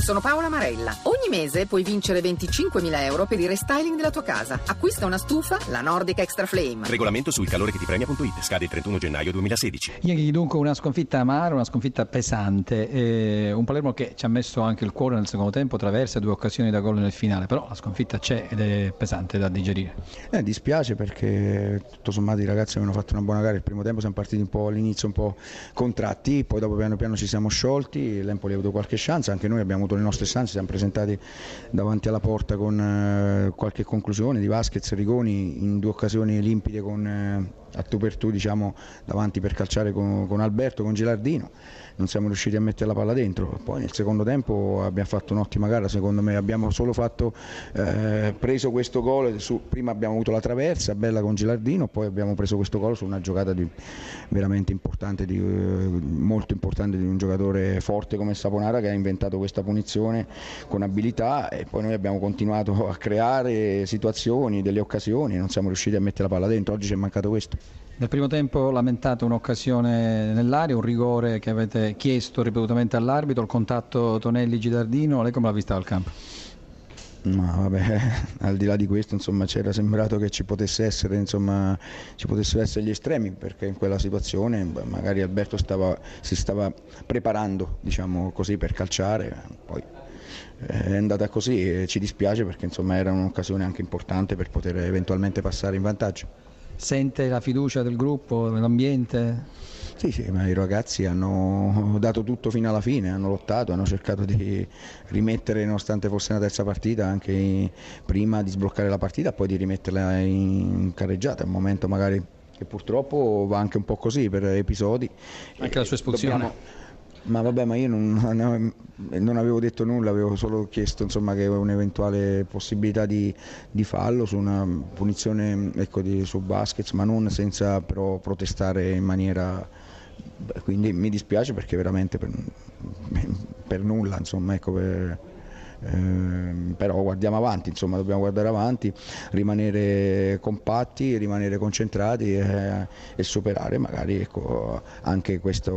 Sono Paola Marella. Ogni mese puoi vincere 25.000 euro per il restyling della tua casa. Acquista una stufa, la Nordic Extra Flame. Regolamento sul calore che ti premia.it. Scade il 31 gennaio 2016. Ieri dunque una sconfitta amara, una sconfitta pesante. Un Palermo che ci ha messo anche il cuore nel secondo tempo, traversa 2 occasioni da gol nel finale. Però la sconfitta c'è ed è pesante da digerire. Dispiace perché tutto sommato i ragazzi avevano fatto una buona gara. Il primo tempo siamo partiti un po' all'inizio un po' contratti, poi dopo piano piano ci siamo sciolti, l'Empoli ha avuto qualche chance, anche noi abbiamo avuto le nostre chance, siamo presentati davanti alla porta con qualche conclusione di Vasquez, Rigoni in 2 occasioni limpide con a tu per tu, diciamo, davanti per calciare con Alberto, con Gilardino. Non siamo riusciti a mettere la palla dentro. Poi nel secondo tempo abbiamo fatto un'ottima gara, secondo me abbiamo solo preso questo gol, prima abbiamo avuto la traversa bella con Gilardino, poi abbiamo preso questo gol su una giocata veramente importante, molto importante, di un giocatore forte come Saponara, che ha inventato questa punizione con abilità, e poi noi abbiamo continuato a creare situazioni, delle occasioni, e non siamo riusciti a mettere la palla dentro. Oggi ci è mancato questo. Nel primo tempo lamentato un'occasione nell'area, un rigore che avete chiesto ripetutamente all'arbitro, il contatto Tonelli-Gilardino, lei come l'ha vista al campo? Ma vabbè, al di là di questo, insomma, c'era sembrato che ci potessero essere gli estremi, perché in quella situazione magari Alberto si stava preparando, diciamo così, per calciare, poi è andata così e ci dispiace perché insomma era un'occasione anche importante per poter eventualmente passare in vantaggio. Sente la fiducia del gruppo, dell'ambiente? Sì, ma i ragazzi hanno dato tutto fino alla fine, hanno lottato, hanno cercato di rimettere, nonostante fosse una terza partita, anche prima di sbloccare la partita, poi di rimetterla in carreggiata. È un momento magari che purtroppo va anche un po' così per episodi. Anche la sua espulsione? Ma vabbè, ma io non avevo detto nulla, avevo solo chiesto, insomma, che un'eventuale possibilità di fallo su una punizione, ecco, su Vasquez, ma non senza però protestare in maniera. Quindi mi dispiace perché veramente per nulla, insomma, ecco, però guardiamo avanti, insomma, dobbiamo guardare avanti, rimanere compatti, rimanere concentrati e superare magari, ecco, anche questa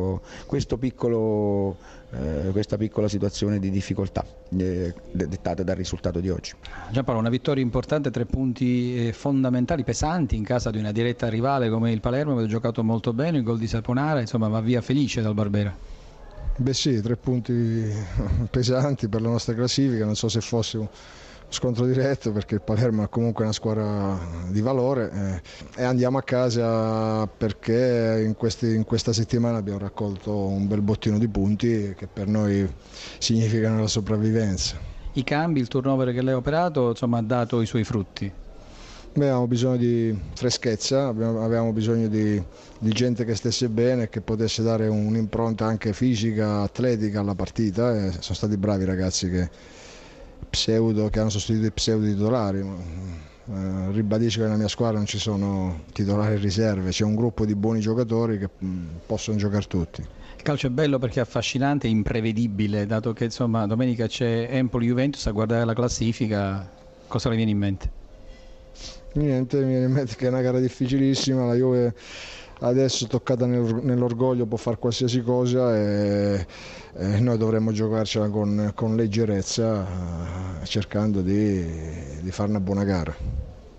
piccola situazione di difficoltà dettata dal risultato di oggi. Giampaolo, una vittoria importante, 3 punti fondamentali, pesanti in casa di una diretta rivale come il Palermo, avete giocato molto bene, il gol di Saponara, insomma va via felice dal Barbera. Beh sì, 3 punti pesanti per la nostra classifica, non so se fosse un scontro diretto perché il Palermo è comunque una squadra di valore, e andiamo a casa perché in questa settimana abbiamo raccolto un bel bottino di punti che per noi significano la sopravvivenza. I cambi, il turnover che lei ha operato, insomma, ha dato i suoi frutti? Beh, avevamo bisogno di freschezza, avevamo bisogno di gente che stesse bene e che potesse dare un'impronta anche fisica, atletica alla partita, e sono stati bravi i ragazzi che hanno sostituito i pseudo titolari. Ribadisco che nella mia squadra non ci sono titolari e riserve, c'è un gruppo di buoni giocatori che possono giocare tutti. Il calcio è bello perché è affascinante e imprevedibile, dato che insomma domenica c'è Empoli-Juventus, a guardare la classifica cosa le viene in mente? Niente, mi viene in mente che è una gara difficilissima, la Juve adesso toccata nell'orgoglio può fare qualsiasi cosa e noi dovremmo giocarcela con leggerezza, cercando di fare una buona gara.